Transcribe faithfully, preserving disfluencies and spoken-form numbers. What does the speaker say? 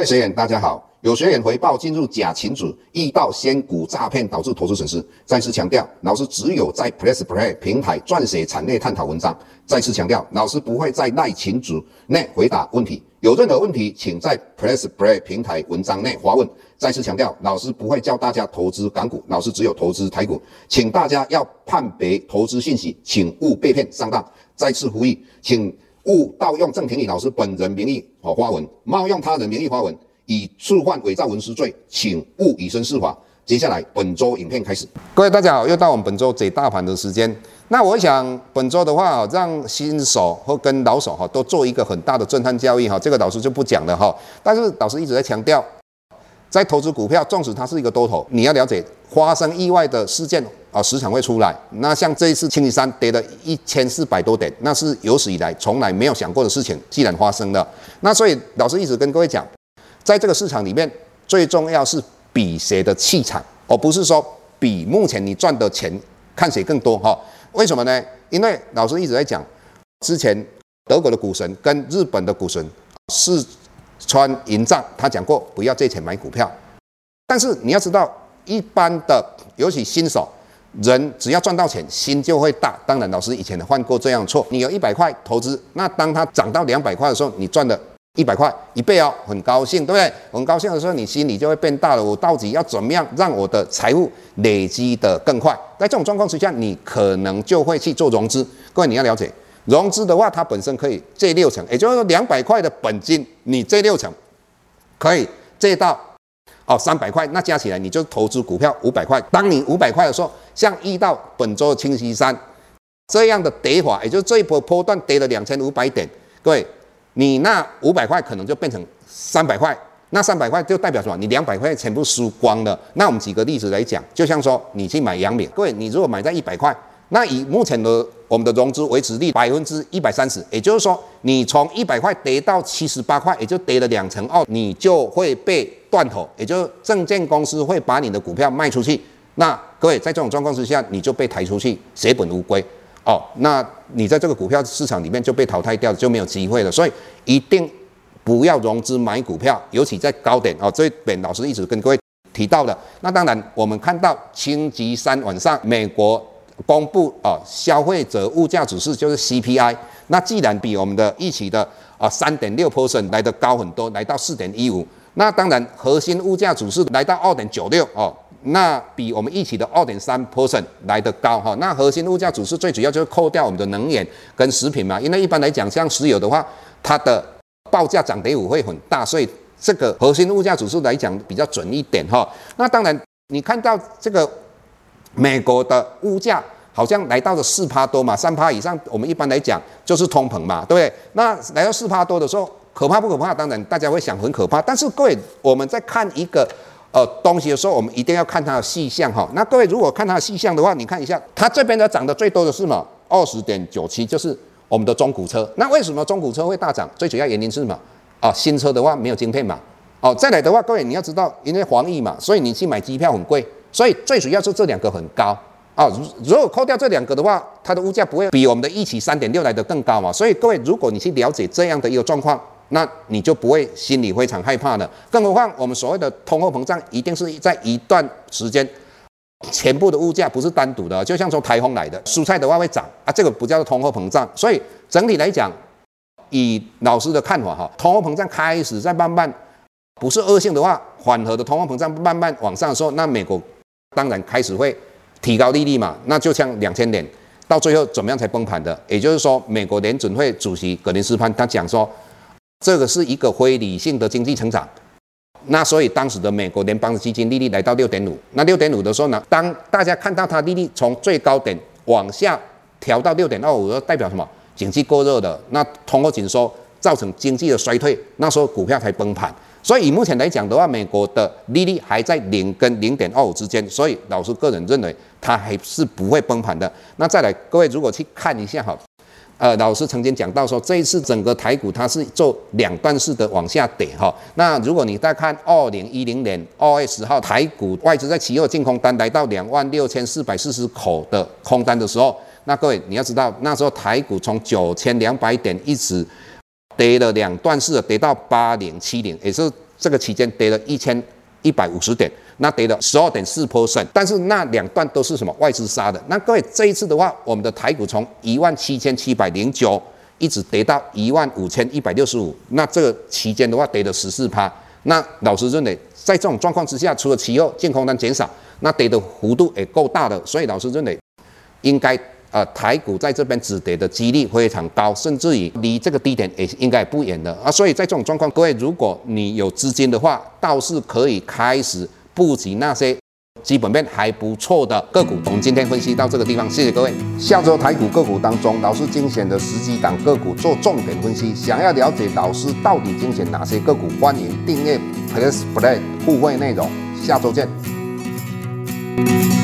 学员大家好，有学员回报进入假群组，遇到仙股诈骗导致投资损失。再次强调，老师只有在 Press Play 平台撰写产业探讨文章。再次强调，老师不会在赖群组内回答问题，有任何问题请在 Press Play 平台文章内发问。再次强调，老师不会教大家投资港股，老师只有投资台股，请大家要判别投资信息，请勿被骗上当。再次呼吁，请勿盗用郑庭宇老师本人名义哦发文，冒用他人名义发文，以触犯伪造文书罪，请勿以身试法。接下来本周影片开始。各位大家好，又到我们本周解大盘的时间。那我想本周的话，让新手或跟老手哈都做一个很大的震撼教育哈，这个老师就不讲了哈。但是老师一直在强调，在投资股票，纵使它是一个多头，你要了解发生意外的事件啊，时常会出来。那像这一次星期三跌了一千四百多点，那是有史以来从来没有想过的事情，既然发生了。那所以老师一直跟各位讲，在这个市场里面，最重要是比谁的气场，而不是说比目前你赚的钱看谁更多哈。为什么呢？因为老师一直在讲，之前德国的股神跟日本的股神四川银藏他讲过，不要借钱买股票。但是你要知道，一般的尤其新手人，只要赚到钱，心就会大。当然，老师以前犯过这样的错。你有一百块投资，那当它涨到两百块的时候，你赚了一百块，一倍哦，很高兴，对不对？很高兴的时候，你心里就会变大了。我到底要怎么样让我的财富累积得更快？在这种状况之下，你可能就会去做融资。各位你要了解，融资的话，它本身可以借六成，也就是说两百块的本金，你借六成，可以借到哦三百块，那加起来你就投资股票五百块。当你五百块的时候，像遇到本周的星期三这样的跌法，也就是这一波波段跌了两千五百点，各位。你那五百块可能就变成三百块，那三百块就代表什么？你两百块全部输光了。那我们举个例子来讲，就像说你去买阳明，各位，你如果买在一百块，那以目前的我们的融资维持率百分之一百三十，也就是说，你从一百块跌到七十八块，也就跌了两成二，你就会被断头，也就是证券公司会把你的股票卖出去。那各位在这种状况之下，你就被抬出去，血本无归。哦，那你在这个股票市场里面就被淘汰掉了，就没有机会了。所以一定不要融资买股票，尤其在高点哦。这一点老师一直跟各位提到的。那当然，我们看到星期三晚上美国公布啊、哦、消费者物价指数就是 C P I， 那既然比我们的预期的啊三点六 percent 来得高很多，来到四点一五。那当然，核心物价指数来到二点九六哦。那比我们预期的 二点三 percent 来得高哈。那核心物价指数最主要就是扣掉我们的能源跟食品嘛，因为一般来讲，像石油的话，它的报价涨跌幅会很大，所以这个核心物价指数来讲比较准一点哈。那当然，你看到这个美国的物价好像来到了四趴多嘛，三趴以上，我们一般来讲就是通膨嘛，对不对？那来到四趴多的时候，可怕不可怕？当然大家会想很可怕，但是各位，我们在看一个。呃，东西的时候，我们一定要看它的细项哈。那各位如果看它的细项的话，你看一下，它这边的涨得最多的是什么？二十点九七，就是我们的中古车。那为什么中古车会大涨？最主要原因是什么？啊，新车的话没有晶片嘛。哦，再来的话，各位你要知道，因为防疫嘛，所以你去买机票很贵，所以最主要是这两个很高啊。如果扣掉这两个的话，它的物价不会比我们的预期三点六来得更高嘛。所以各位，如果你去了解这样的一个状况，那你就不会心里非常害怕了。更何况我们所谓的通货膨胀，一定是在一段时间，全部的物价不是单独的。就像说台风来的，蔬菜的话会涨啊，这个不叫做通货膨胀。所以整体来讲，以老师的看法哈，通货膨胀开始在慢慢，不是恶性的话，缓和的通货膨胀慢慢往上的时候，那美国当然开始会提高利率嘛。那就像两千年到最后怎么样才崩盘的？也就是说，美国联准会主席格林斯潘他讲说。这个是一个非理性的经济成长，那所以当时的美国联邦的基金利率来到 六点五， 那 六点五 的时候呢，当大家看到它利率从最高点往下调到 六点二五， 代表什么？经济过热的，那通货紧缩造成经济的衰退，那时候股票才崩盘。所以以目前来讲的话，美国的利率还在零跟 零点二五 之间，所以老师个人认为它还是不会崩盘的。那再来，各位如果去看一下哈。呃，老师曾经讲到说，这一次整个台股它是做两段式的往下跌哈。那如果你再看二零一零年二月十号台股外资在期货净空单来到两万六千四百四十口的空单的时候，那各位你要知道，那时候台股从九千两百点一直跌了两段式的跌到八零七零，也是这个期间跌了一千一百五十点，那跌了十二点四 percent， 但是那两段都是什么外资杀的。那各位这一次的话，我们的台股从一万七千七百零九一直跌到一万五千一百六十五，那这个期间的话跌了十四趴。那老师认为，在这种状况之下，除了期后净空单减少，那跌的幅度也够大的，所以老师认为应该。呃，台股在这边止跌的几率非常高，甚至于离这个低点也应该不远了啊。所以在这种状况，各位如果你有资金的话，倒是可以开始布局那些基本面还不错的个股。我们今天分析到这个地方，谢谢各位。下周台股个股当中，老师精选的十几档个股做重点分析。想要了解老师到底精选哪些个股，欢迎订阅 Plus Play 互惠内容。下周见。